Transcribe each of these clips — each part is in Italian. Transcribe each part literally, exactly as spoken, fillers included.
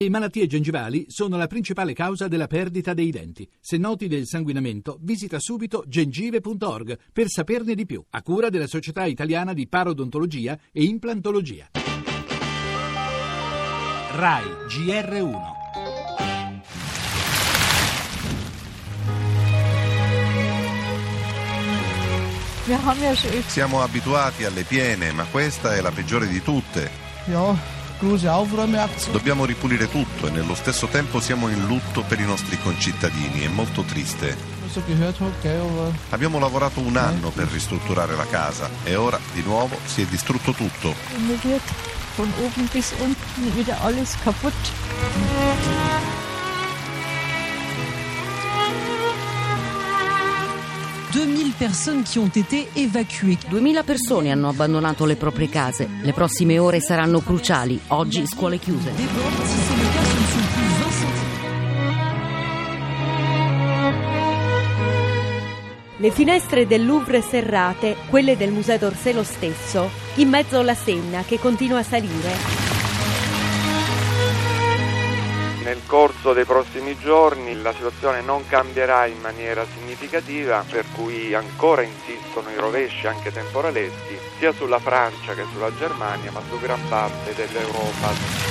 Le malattie gengivali sono la principale causa della perdita dei denti. Se noti del sanguinamento, visita subito gengive punto org per saperne di più, a cura della Società Italiana di Parodontologia e Implantologia. RAI G R uno. Siamo abituati alle piene, ma questa è la peggiore di tutte. Dobbiamo ripulire tutto e nello stesso tempo siamo in lutto per i nostri concittadini. È molto triste. Abbiamo lavorato un anno per ristrutturare la casa e ora di nuovo si è distrutto tutto. duemila persone hanno abbandonato le proprie case. Le prossime ore saranno cruciali. Oggi scuole chiuse. Le finestre del Louvre serrate, quelle del Museo d'Orsay lo stesso, in mezzo alla Senna che continua a salire. Nel corso dei prossimi giorni la situazione non cambierà in maniera significativa, per cui ancora insistono i rovesci anche temporaleschi sia sulla Francia che sulla Germania, ma su gran parte dell'Europa.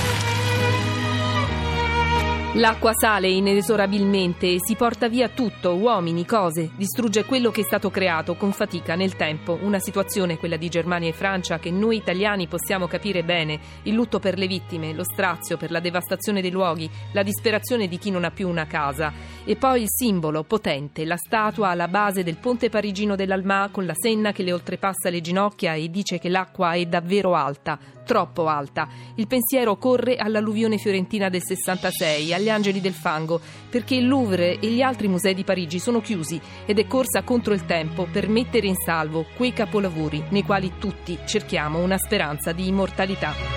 L'acqua sale inesorabilmente e si porta via tutto, uomini, cose, distrugge quello che è stato creato con fatica nel tempo. Una situazione, quella di Germania e Francia, che noi italiani possiamo capire bene. Il lutto per le vittime, lo strazio per la devastazione dei luoghi, la disperazione di chi non ha più una casa. E poi il simbolo potente, la statua alla base del ponte parigino dell'Alma, con la Senna che le oltrepassa le ginocchia e dice che l'acqua è davvero alta, troppo alta. Il pensiero corre all'alluvione fiorentina del sessantasei, agli angeli del fango, perché il Louvre e gli altri musei di Parigi sono chiusi ed è corsa contro il tempo per mettere in salvo quei capolavori nei quali tutti cerchiamo una speranza di immortalità.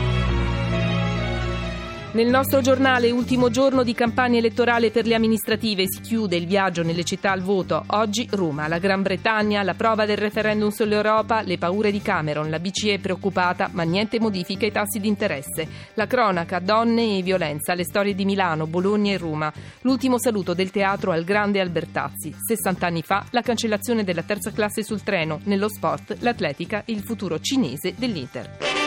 Nel nostro giornale, ultimo giorno di campagna elettorale per le amministrative, si chiude il viaggio nelle città al voto. Oggi Roma, la Gran Bretagna, la prova del referendum sull'Europa, le paure di Cameron, la B C E preoccupata, ma niente modifica ai tassi di interesse. La cronaca, donne e violenza, le storie di Milano, Bologna e Roma. L'ultimo saluto del teatro al grande Albertazzi. sessanta anni fa, la cancellazione della terza classe sul treno. Nello sport, l'atletica e il futuro cinese dell'Inter.